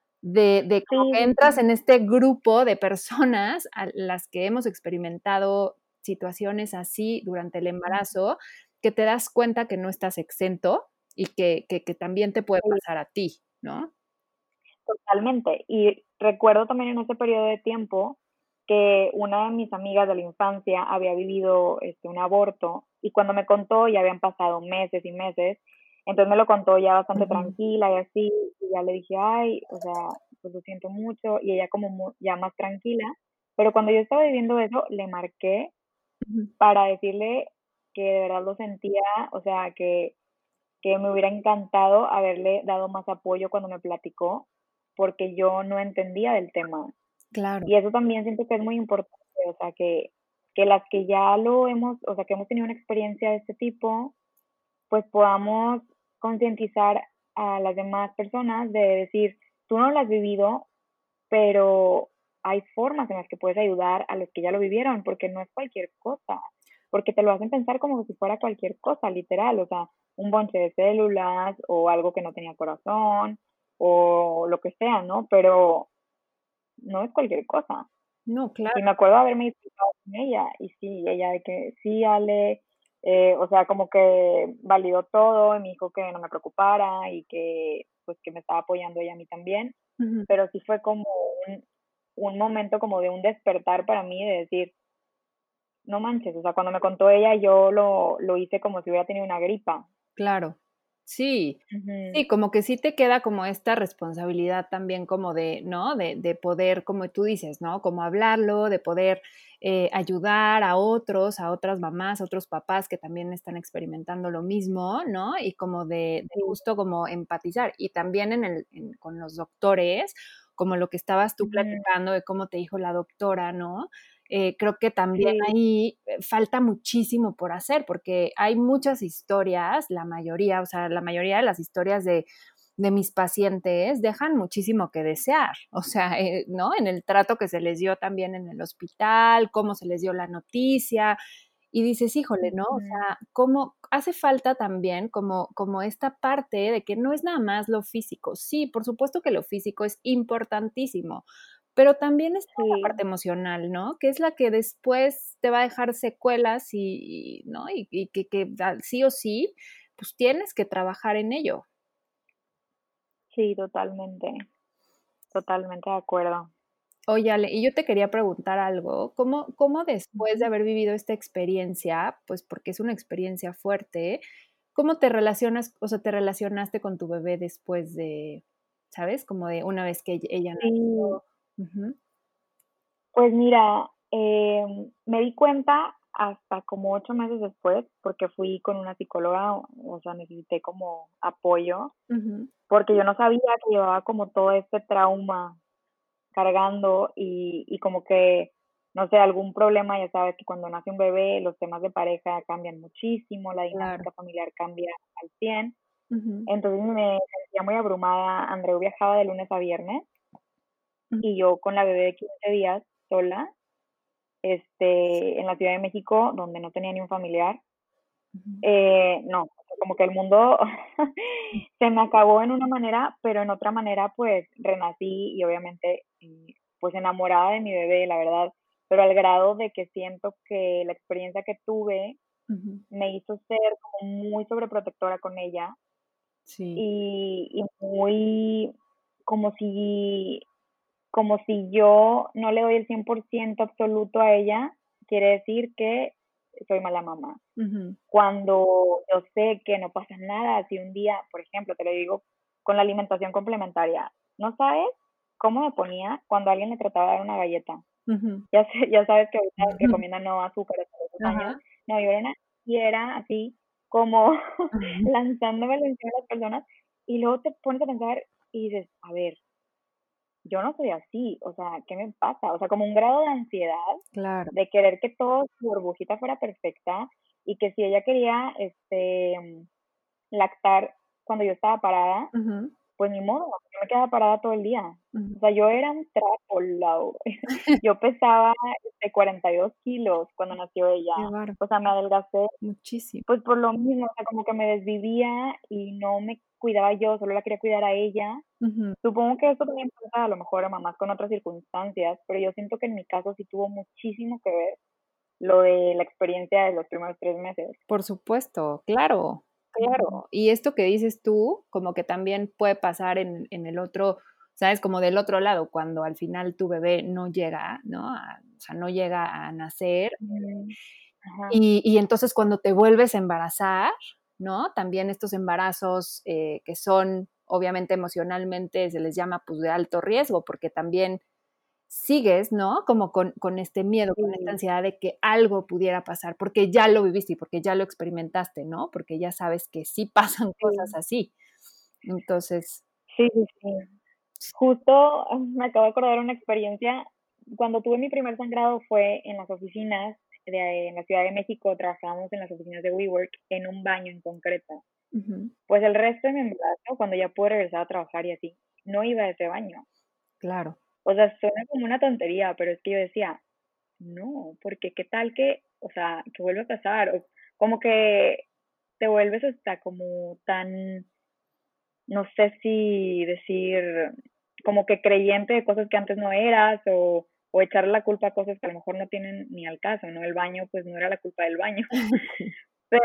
de sí, como que sí, entras sí, en este grupo de personas a las que hemos experimentado situaciones así durante el embarazo, que te das cuenta que no estás exento y que también te puede sí, pasar a ti, ¿no? totalmente. Y recuerdo también en ese periodo de tiempo que una de mis amigas de la infancia había vivido un aborto y cuando me contó ya habían pasado meses y meses, entonces me lo contó ya bastante Ujú, tranquila y así, y ya le dije, ay, o sea, pues lo siento mucho, y ella como ya más tranquila, pero cuando yo estaba viviendo eso, le marqué ujú. para decirle que de verdad lo sentía, o sea, que me hubiera encantado haberle dado más apoyo cuando me platicó, porque yo no entendía del tema. Claro, Y eso también siento que es muy importante, o sea, que las que ya lo hemos, o sea, que hemos tenido una experiencia de este tipo, pues podamos concientizar a las demás personas de decir, tú no lo has vivido, pero hay formas en las que puedes ayudar a los que ya lo vivieron, porque no es cualquier cosa, porque te lo hacen pensar como si fuera cualquier cosa, literal, o sea, un bonche de células o algo que no tenía corazón o lo que sea, ¿no? Pero no es cualquier cosa. no, Y claro. me acuerdo haberme disculpado con ella y sí, ella de que sí, Ale, o sea, como que validó todo y me dijo que no me preocupara y que pues que me estaba apoyando ella a mí también, Ujú. pero sí fue como un momento como de un despertar para mí de decir, no manches, o sea, cuando me contó ella yo lo hice como si hubiera tenido una gripa. Claro. Sí, Ujú, sí, como que sí te queda como esta responsabilidad también como de, ¿no? De poder, como tú dices, ¿no? Como hablarlo, de poder, ayudar a otros, a otras mamás, a otros papás que también están experimentando lo mismo, ¿no? Y como de sí, justo como empatizar. Y también con los doctores, como lo que estabas tú ujú, platicando de cómo te dijo la doctora, ¿no? Creo que también sí, ahí falta muchísimo por hacer, porque hay muchas historias, la mayoría, o sea, la mayoría de las historias de mis pacientes dejan muchísimo que desear, o sea, ¿no? En el trato que se les dio también en el hospital, cómo se les dio la noticia, y dices, híjole, ¿no? O Ujú. sea, ¿cómo hace falta también como esta parte de que no es nada más lo físico? Sí, por supuesto que lo físico es importantísimo, pero también está la Sí, parte emocional, ¿no? Que es la que después te va a dejar secuelas ¿no? Y que sí o sí, pues tienes que trabajar en ello. sí, totalmente, totalmente de acuerdo. Oye, Ale, y yo te quería preguntar algo, ¿cómo después de Ujú. haber vivido esta experiencia, pues porque es una experiencia fuerte, cómo te relacionas, o sea, te relacionaste con tu bebé después de, ¿sabes? Como de una vez que ella Sí, nació. Ujú, pues mira, me di cuenta hasta como 8 meses después, porque fui con una psicóloga, o sea, necesité como apoyo, ujú, porque yo no sabía que llevaba como todo este trauma cargando y como que, no sé, algún problema, ya sabes que cuando nace un bebé los temas de pareja cambian muchísimo, la claro. dinámica familiar cambia al 100. Ujú, Entonces me sentía muy abrumada. Andreu viajaba de lunes a viernes ujú, y yo con la bebé de 15 días sola, en la Ciudad de México, donde no tenía ni un familiar. ujú, No, o sea, como que el mundo se me acabó en una manera, pero en otra manera, pues renací y obviamente, pues enamorada de mi bebé, la verdad, pero al grado de que siento que la experiencia que tuve ujú. me hizo ser como muy sobreprotectora con ella Sí, y muy como si como si yo no le doy el 100% absoluto a ella, quiere decir que soy mala mamá. ujú, Cuando yo sé que no pasa nada, si un día, por ejemplo, te lo digo con la alimentación complementaria, ¿no sabes cómo me ponía cuando alguien le trataba de dar una galleta? ujú, Ya sabes que ahorita ujú. recomiendan no azúcar hasta los 2 años. Ajá. No, yo era una fiera así como Ujú, lanzándome encima de las personas y luego te pones a pensar y dices, a ver, yo no soy así, o sea, ¿qué me pasa? O sea, como un grado de ansiedad, claro. de querer que todo su burbujita fuera perfecta y que si ella quería, lactar cuando yo estaba parada, Ujú, pues ni modo, yo me quedaba parada todo el día. ujú. O sea, yo era un trapo, Lau. Yo pesaba, 42 kilos cuando nació ella. Qué bárbaro, O sea, me adelgacé muchísimo. pues por lo mismo, o sea, como que me desvivía y no me cuidaba yo, solo la quería cuidar a ella. Ujú. Supongo que esto también pasa a lo mejor a mamás con otras circunstancias, pero yo siento que en mi caso sí tuvo muchísimo que ver lo de la experiencia de los primeros 3 meses. Por supuesto, claro, Ujú. claro. Y esto que dices tú, como que también puede pasar en el otro, ¿sabes? Como del otro lado, cuando al final tu bebé no llega, ¿no? O sea, no llega a nacer. Mm, ajá, Y entonces cuando te vuelves a embarazar, ¿no? También estos embarazos que son, obviamente emocionalmente, se les llama pues de alto riesgo, porque también sigues, ¿no? Como con este miedo, con esta sí, ansiedad de que algo pudiera pasar, porque ya lo viviste y porque ya lo experimentaste, ¿no? Porque ya sabes que sí pasan cosas sí, así. Entonces, sí, sí, sí. Justo me acabo de acordar una experiencia. Cuando tuve mi primer sangrado fue en las oficinas en la Ciudad de México, trabajábamos en las oficinas de WeWork en un baño en concreto. ujú, Pues el resto de mi embarazo, cuando ya pude regresar a trabajar y así, no iba a ese baño. claro. O sea, suena como una tontería, pero es que yo decía, no, porque qué tal que, o sea, que vuelve a pasar, o como que te vuelves hasta como tan, no sé si decir, como que creyente de cosas que antes no eras, o echarle la culpa a cosas que a lo mejor no tienen ni al caso, ¿no? El baño, pues no era la culpa del baño, pero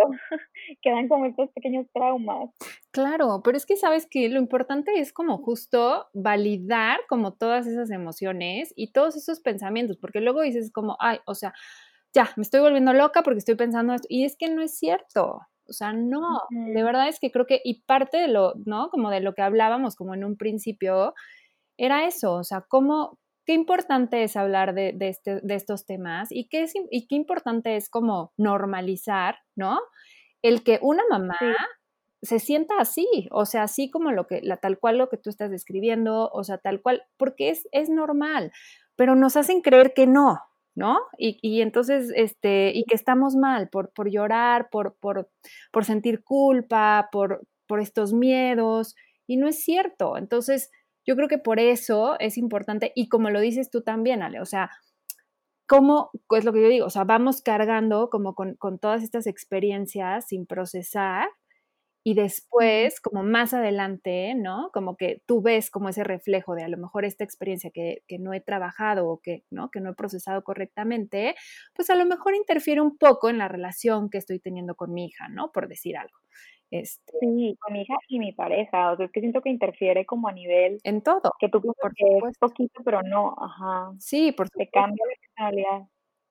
quedan como estos pequeños traumas. Claro, pero es que sabes que lo importante es como justo validar como todas esas emociones y todos esos pensamientos, porque luego dices como, ay, o sea, ya, me estoy volviendo loca porque estoy pensando esto, y es que no es cierto, o sea, no, de Ujú, verdad es que creo que, y parte de lo, ¿no? Como de lo que hablábamos como en un principio, era eso, o sea, cómo, qué importante es hablar de estos temas y qué importante es como normalizar, ¿no? El que una mamá sí, se sienta así, o sea, así como tal cual lo que tú estás describiendo, o sea, tal cual, porque es normal, pero nos hacen creer que no, ¿no? Y entonces, y que estamos mal por llorar, por sentir culpa, por estos miedos, y no es cierto. Entonces, yo creo que por eso es importante, y como lo dices tú también, Ale, o sea, cómo, es lo que yo digo, o sea, vamos cargando como con todas estas experiencias sin procesar y después, como más adelante, ¿no? Como que tú ves como ese reflejo de a lo mejor esta experiencia que no he trabajado o que, ¿no? Que no he procesado correctamente, pues a lo mejor interfiere un poco en la relación que estoy teniendo con mi hija, ¿no? Por decir algo. Sí, con mi hija y mi pareja, o sea, es que siento que interfiere como a nivel En todo, que tú piensas por que es supuesto. poquito, pero no, ajá, Sí, por te supuesto. cambia la personalidad.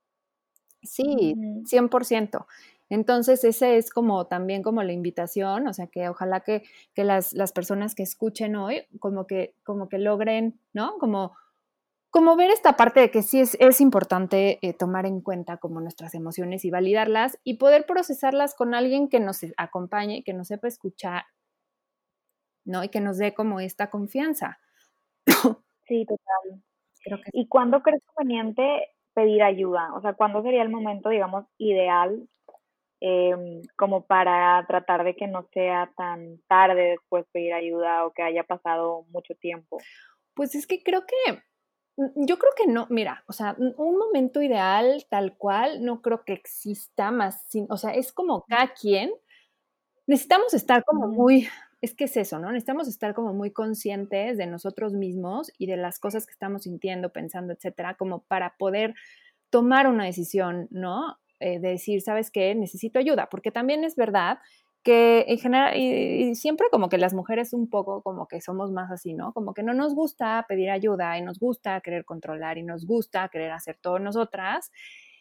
Sí, Ujú. 100%. Entonces, ese es como también como la invitación, o sea, que ojalá que las personas que escuchen hoy como que logren, ¿no? Como ver esta parte de que sí es importante, tomar en cuenta como nuestras emociones y validarlas, y poder procesarlas con alguien que nos acompañe, que nos sepa escuchar, ¿no? Y que nos dé como esta confianza. Sí, total. Creo que ¿Y cuándo crees conveniente pedir ayuda? O sea, ¿cuándo sería el momento, digamos, ideal, como para tratar de que no sea tan tarde después pedir ayuda o que haya pasado mucho tiempo? pues es que creo que yo creo que no, mira, o sea, un momento ideal tal cual no creo que exista más, o sea, es como cada quien, necesitamos estar como Ujú. muy, es que es eso, ¿no? Necesitamos estar como muy conscientes de nosotros mismos y de las cosas que estamos sintiendo, pensando, etcétera, como para poder tomar una decisión, ¿no? De decir, ¿sabes qué? Necesito ayuda, porque también es verdad que en general, y siempre como que las mujeres un poco como que somos más así, ¿no? Como que no nos gusta pedir ayuda y nos gusta querer controlar y nos gusta querer hacer todo nosotras,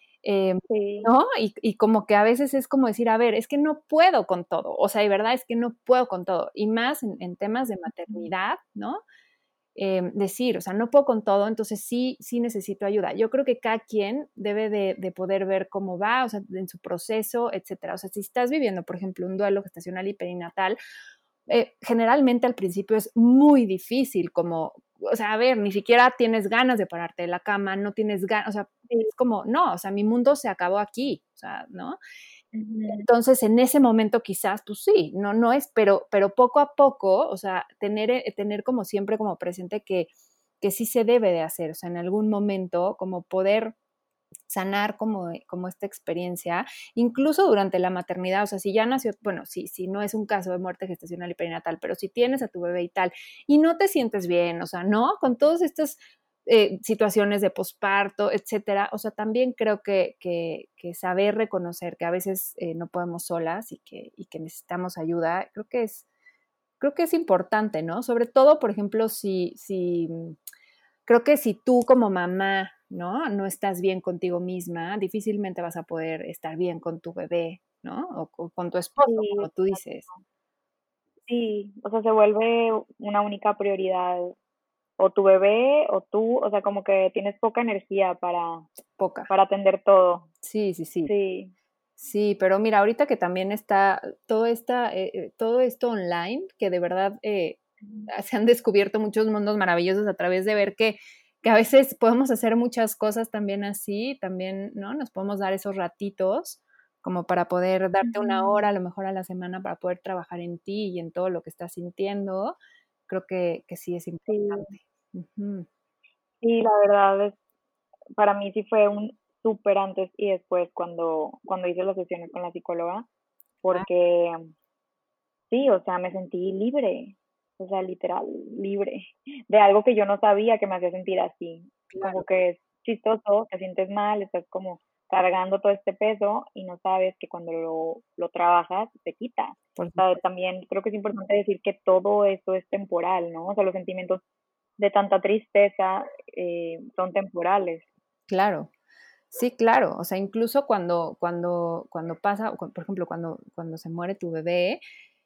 eh, Sí. ¿no? Y como que a veces es como decir, a ver, es que no puedo con todo, o sea, de verdad es que no puedo con todo, y más en temas de Ujú. maternidad, ¿no? Decir, o sea, no puedo con todo, entonces sí necesito ayuda. Yo creo que cada quien debe de poder ver cómo va, o sea, en su proceso, etcétera. O sea, si estás viviendo, por ejemplo, un duelo gestacional y perinatal, generalmente al principio es muy difícil, como, o sea, a ver, ni siquiera tienes ganas de pararte de la cama, no tienes ganas, o sea, Sí. es como, no, o sea, mi mundo se acabó aquí, o sea, ¿no? Ujú. Entonces, en ese momento quizás, pues sí, no es, pero poco a poco, o sea, tener como siempre como presente que sí se debe de hacer, o sea, en algún momento como poder sanar como esta experiencia, incluso durante la maternidad, o sea, si ya nació, bueno, si no es un caso de muerte gestacional y perinatal, pero si tienes a tu bebé y tal, y no te sientes bien, o sea, ¿no? Con todas estas situaciones de posparto, etcétera, o sea, también creo que saber reconocer que a veces no podemos solas y que necesitamos ayuda, creo que es importante, ¿no? Sobre todo, por ejemplo, si creo que si tú como mamá, ¿no? No estás bien contigo misma, difícilmente vas a poder estar bien con tu bebé, ¿no? O con tu esposo, Sí, como tú dices. sí, o sea, se vuelve una única prioridad, o tu bebé o tú, o sea, como que tienes poca energía Poca. para atender todo. Sí, sí, sí. Sí. Sí, pero mira, ahorita que también está todo esto online, que de verdad Ujú. se han descubierto muchos mundos maravillosos a través de ver que a veces podemos hacer muchas cosas también así, también, ¿no? Nos podemos dar esos ratitos como para poder darte una Ujú. hora a lo mejor a la semana para poder trabajar en ti y en todo lo que estás sintiendo. Creo que sí es Sí, importante. Ujú. sí, la verdad es, para mí sí fue un súper antes y después cuando hice las sesiones con la psicóloga, Ah, porque sí, o sea, me sentí libre, o sea, literal, libre, de algo que yo no sabía que me hacía sentir así. Como claro, que es chistoso, te sientes mal, estás como cargando todo este peso y no sabes que cuando lo trabajas te quita. por O sea, supuesto. también creo que es importante decir que todo eso es temporal, ¿no? O sea, los sentimientos de tanta tristeza son temporales. Claro. Sí, claro. O sea, incluso cuando pasa, por ejemplo, cuando se muere tu bebé,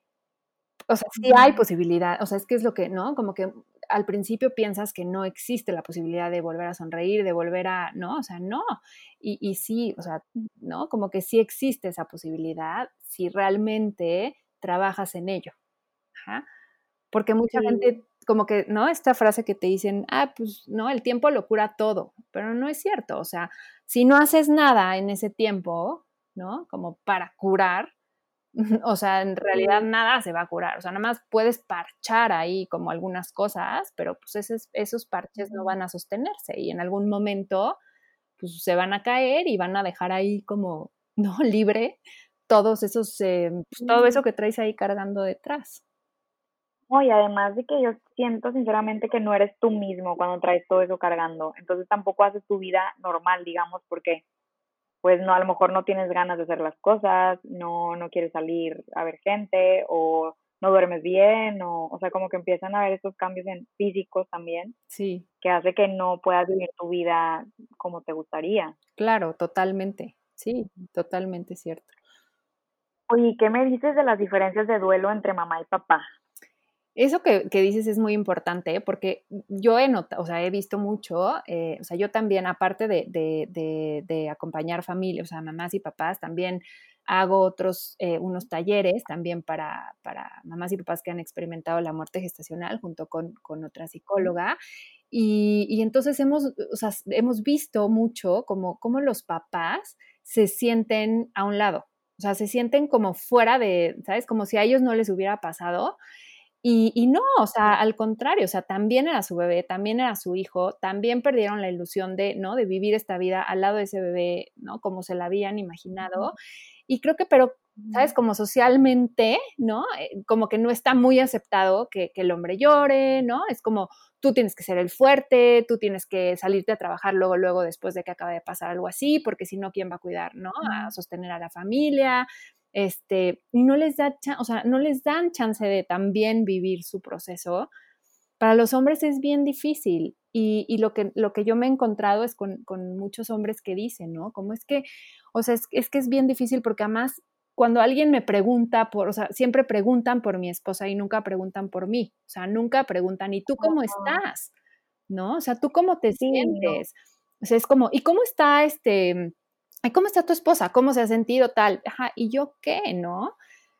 o sea, sí hay Ujú. posibilidad, o sea, es que es lo que, ¿no? Como que al principio piensas que no existe la posibilidad de volver a sonreír, de volver a, ¿no? O sea, no. Y sí, o sea, ¿no? Como que sí existe esa posibilidad si realmente trabajas en ello. Ajá. Porque mucha Sí, gente como que, ¿no? Esta frase que te dicen, pues, no, el tiempo lo cura todo, pero no es cierto, o sea, si no haces nada en ese tiempo, ¿no? Como para curar, o sea, en realidad sí, nada se va a curar, o sea, nada más puedes parchar ahí como algunas cosas, pero pues esos parches no ujú, van a sostenerse y en algún momento, pues se van a caer y van a dejar ahí como, ¿no? Libre todos esos, pues, todo eso que traes ahí cargando detrás. No, y además de que yo siento sinceramente que no eres tú mismo cuando traes todo eso cargando, entonces tampoco haces tu vida normal, digamos, porque pues no, a lo mejor no tienes ganas de hacer las cosas, no quieres salir a ver gente o no duermes bien o sea, como que empiezan a haber estos cambios en físicos también Sí, que hace que no puedas vivir tu vida como te gustaría. claro, totalmente. Sí, totalmente cierto. Oye, ¿qué me dices de las diferencias de duelo entre mamá y papá? Eso que dices es muy importante, porque yo he notado, o sea, he visto mucho, o sea, yo también, aparte de acompañar familia, o sea, mamás y papás, también hago otros, unos talleres también para mamás y papás que han experimentado la muerte gestacional junto con otra Ujú, psicóloga. Y entonces o sea, hemos visto mucho cómo los papás se sienten a un lado, o sea, se sienten como fuera de, ¿sabes? Como si a ellos no les hubiera pasado y no, o sea, al contrario, o sea, también era su bebé, también era su hijo, también perdieron la ilusión de, ¿no? De vivir esta vida al lado de ese bebé, ¿no? Como se la habían ujú, imaginado. Y creo que, pero, ¿sabes? ujú, Como socialmente, ¿no? Como que no está muy aceptado que el hombre llore, ¿no? Es como tú tienes que ser el fuerte, tú tienes que salirte a trabajar luego después de que acabe de pasar algo así, porque si no, ¿quién va a cuidar, ¿no? A ujú. sostener a la familia, no les da, o sea, no les dan chance de también vivir su proceso. Para los hombres es bien difícil y lo que yo me he encontrado es con muchos hombres que dicen, ¿no? Como es que, o sea, es que es bien difícil porque además cuando alguien me pregunta o sea, siempre preguntan por mi esposa y nunca preguntan por mí, o sea, nunca preguntan, ¿y tú cómo Ah, estás? ¿No? O sea, ¿tú cómo te sí, no. sientes? O sea, es como, ¿y cómo está ay, cómo está tu esposa? ¿Cómo se ha sentido tal? Ajá, ¿y yo qué, no?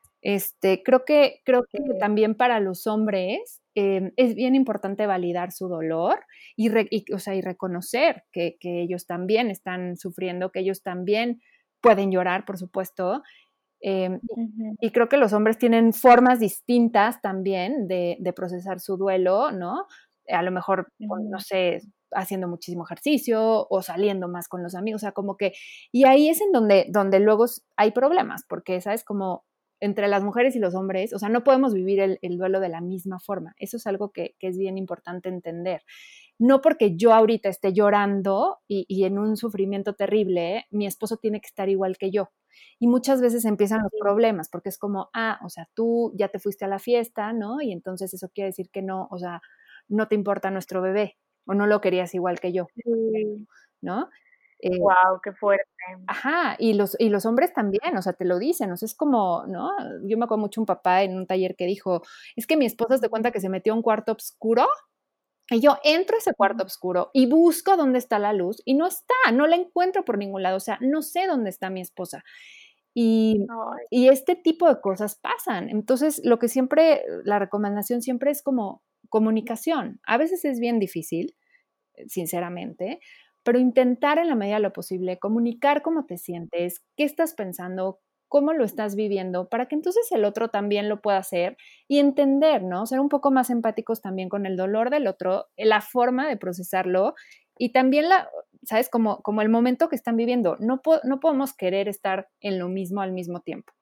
Creo que Sí. también para los hombres, es bien importante validar su dolor o sea, y reconocer que ellos también están sufriendo, que ellos también pueden llorar, por supuesto. Ujú, Y creo que los hombres tienen formas distintas también de procesar su duelo, ¿no? A lo mejor, pues, no ujú. sé, haciendo muchísimo ejercicio o saliendo más con los amigos, o sea, como que y ahí es en donde luego hay problemas, porque, ¿sabes? Como entre las mujeres y los hombres, o sea, no podemos vivir el duelo de la misma forma. Eso es algo que es bien importante entender. No porque yo ahorita esté llorando y en un sufrimiento terrible, mi esposo tiene que estar igual que yo. Y muchas veces empiezan los Sí, problemas, porque es como, o sea, tú ya te fuiste a la fiesta, ¿no? Y entonces eso quiere decir que no, o sea, no te importa nuestro bebé, o no lo querías igual que yo, sí. ¿no? Eh, Guau, qué fuerte. ajá, y los hombres también, o sea, te lo dicen, o sea, es como, ¿no? Yo me acuerdo mucho un papá en un taller que dijo, es que mi esposa se cuenta que se metió a un cuarto oscuro y yo entro a ese Ujú. cuarto oscuro y busco dónde está la luz y no está, no la encuentro por ningún lado, o sea, no sé dónde está mi esposa. Y Ay, y este tipo de cosas pasan. Entonces, lo que siempre la recomendación siempre es como comunicación. A veces es bien difícil, sinceramente, pero intentar en la medida de lo posible comunicar cómo te sientes, qué estás pensando, cómo lo estás viviendo, para que entonces el otro también lo pueda hacer y entender, ¿no? Ser un poco más empáticos también con el dolor del otro, la forma de procesarlo y también ¿sabes? Como el momento que están viviendo. No podemos querer estar en lo mismo al mismo tiempo.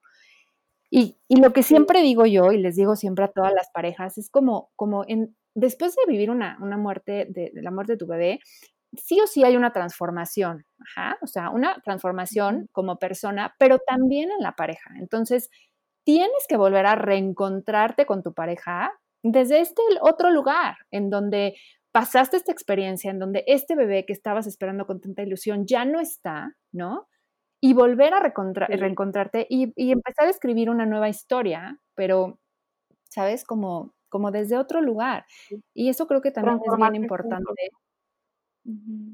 Y lo que sí. siempre digo yo, y les digo siempre a todas las parejas, es como después de vivir una muerte, de la muerte de tu bebé, sí o sí hay una transformación, ajá, o sea, una transformación Ujú. como persona, pero también en la pareja. Entonces, tienes que volver a reencontrarte con tu pareja desde este otro lugar, en donde pasaste esta experiencia, en donde este bebé que estabas esperando con tanta ilusión ya no está, ¿no? Y volver a Sí, reencontrarte y empezar a escribir una nueva historia, pero, ¿sabes? Como desde otro lugar. sí. Y eso creo que también es bien Transformarse juntos. importante. Ujú.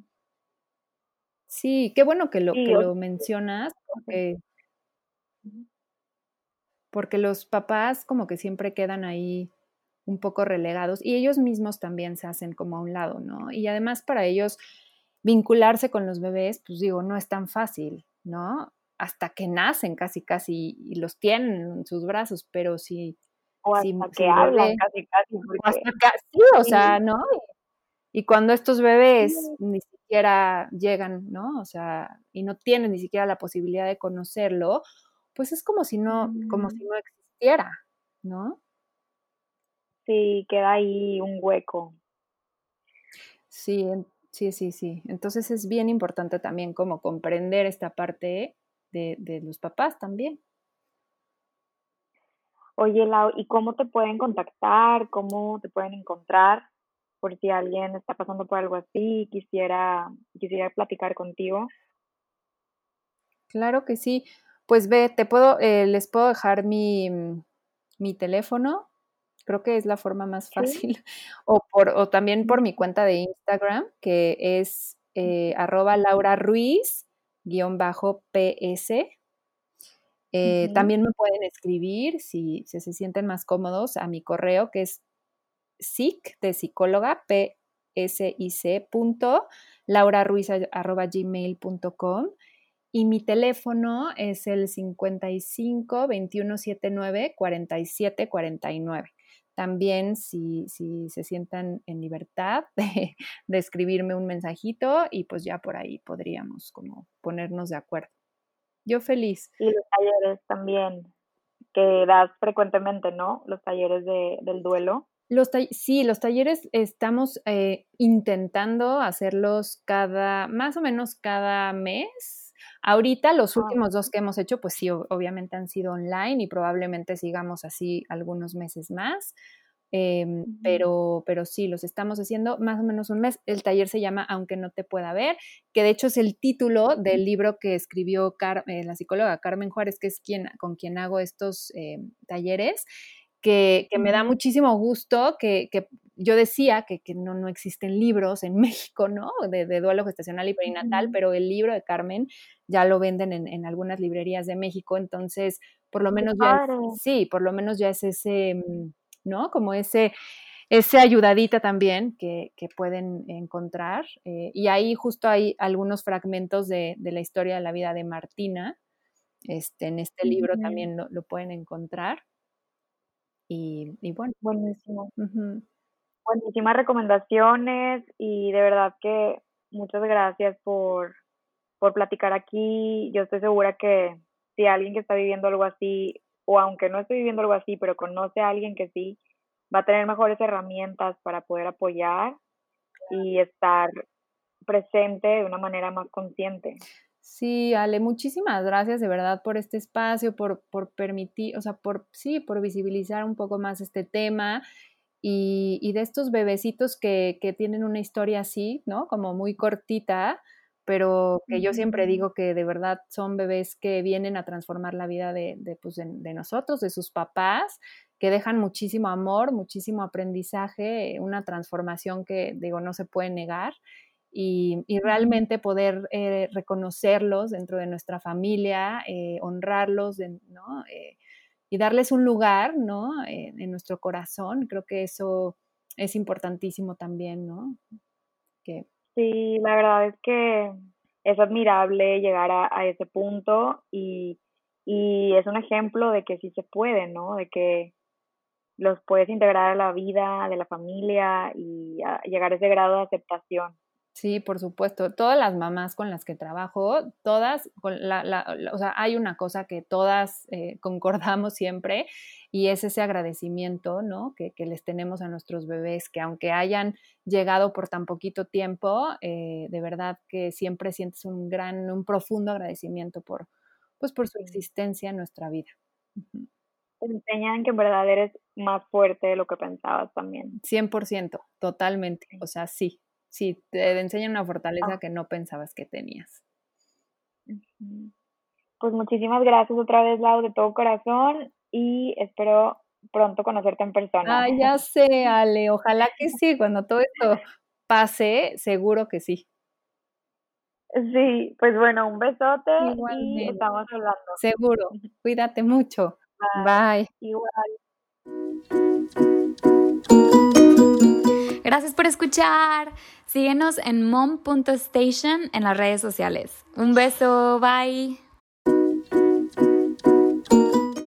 Sí, qué bueno que lo Sí, que o lo mencionas, okey. Ujú. porque los papás como que siempre quedan ahí un poco relegados y ellos mismos también se hacen como a un lado, ¿no? Y además para ellos vincularse con los bebés, pues digo, no es tan fácil, ¿no? Hasta que nacen casi, casi y los tienen en sus brazos, pero si, O si, hasta si que el hablan bebé, casi, casi, o hasta porque acá, sí, o sí, sea, ¿no? Y cuando estos bebés sí, ni siquiera llegan, ¿no? O sea, y no tienen ni siquiera la posibilidad de conocerlo, pues es como si no existiera, ¿no? Sí, queda ahí un hueco. Sí, sí. Entonces es bien importante también como comprender esta parte de los papás también. Oye, Lau, ¿y cómo te pueden contactar? ¿Cómo te pueden encontrar? Por si alguien está pasando por algo así y quisiera platicar contigo. Claro que sí. Pues ve, les puedo dejar mi teléfono. Creo que es la forma más Sí. fácil. O también por mi cuenta de Instagram, que es @LauraRuiz_PS. Ujú. También me pueden escribir si se sienten más cómodos a mi correo, que es psic de psicóloga, psic, lauraruiz@gmail.com. Y mi teléfono es el 55 21 79 47 49. También si se sientan en libertad de escribirme un mensajito y pues ya por ahí podríamos como ponernos de acuerdo. Yo feliz. Y los talleres también, que das frecuentemente, ¿no? Los talleres del duelo. Sí, los talleres estamos intentando hacerlos más o menos cada mes. Ahorita los Ah, últimos 2 que hemos hecho, pues sí, obviamente han sido online y probablemente sigamos así algunos meses más. ujú. Pero sí, los estamos haciendo más o menos un mes. El taller se llama Aunque no te pueda ver, que de hecho es el título del libro que escribió la psicóloga Carmen Juárez, que es con quien hago estos talleres, que me da Ujú, muchísimo gusto que yo decía que no existen libros en México, ¿no? De duelo gestacional y perinatal, ujú. pero el libro de Carmen ya lo venden en algunas librerías de México, entonces por lo Qué menos ya padre. por lo menos ya es ese, ¿no? Como ese ayudadita también que pueden encontrar. Y ahí justo hay algunos fragmentos de la historia de la vida de Martina. En este libro Ujú. también lo pueden encontrar. Y bueno, Buenísimo. ujú. Buenísimas recomendaciones y de verdad que muchas gracias por platicar aquí. Yo estoy segura que si alguien que está viviendo algo así, o aunque no esté viviendo algo así, pero conoce a alguien que sí, va a tener mejores herramientas para poder apoyar y estar presente de una manera más consciente. Sí, Ale, muchísimas gracias de verdad por este espacio, por permitir, o sea, por visibilizar un poco más este tema y de estos bebecitos que tienen una historia así, ¿no? Como muy cortita, pero que yo siempre Ujú. digo que de verdad son bebés que vienen a transformar la vida de nosotros, de sus papás, que dejan muchísimo amor, muchísimo aprendizaje, una transformación que, digo, no se puede negar. Y realmente poder reconocerlos dentro de nuestra familia, honrarlos, ¿no? Y darles un lugar, ¿no? En nuestro corazón, creo que eso es importantísimo también, ¿no? Que Sí, la verdad es que es admirable llegar a ese punto y es un ejemplo de que sí se puede, ¿no? De que los puedes integrar a la vida de la familia y a llegar a ese grado de aceptación. sí, por supuesto. Todas las mamás con las que trabajo, todas, o sea, hay una cosa que todas concordamos siempre y es ese agradecimiento, ¿no? Que les tenemos a nuestros bebés, que aunque hayan llegado por tan poquito tiempo, de verdad que siempre sientes un profundo agradecimiento pues, por su Sí. existencia en nuestra vida. Ujú. Te enseñan que en verdad eres más fuerte de lo que pensabas también. 100%, totalmente. Sí. O sea, sí, te enseñan una Ah, fortaleza que no pensabas que tenías. ujú. Pues muchísimas gracias otra vez, Lau, de todo corazón y espero pronto conocerte en persona. Ay, ya sé, Ale, ojalá que sí, cuando todo esto pase, seguro que sí. Sí, pues bueno, un besote y Igualmente, estamos hablando. seguro. Cuídate mucho. Bye. Bye. Igual. Gracias por escuchar. Síguenos en mom.station en las redes sociales. Un beso, bye.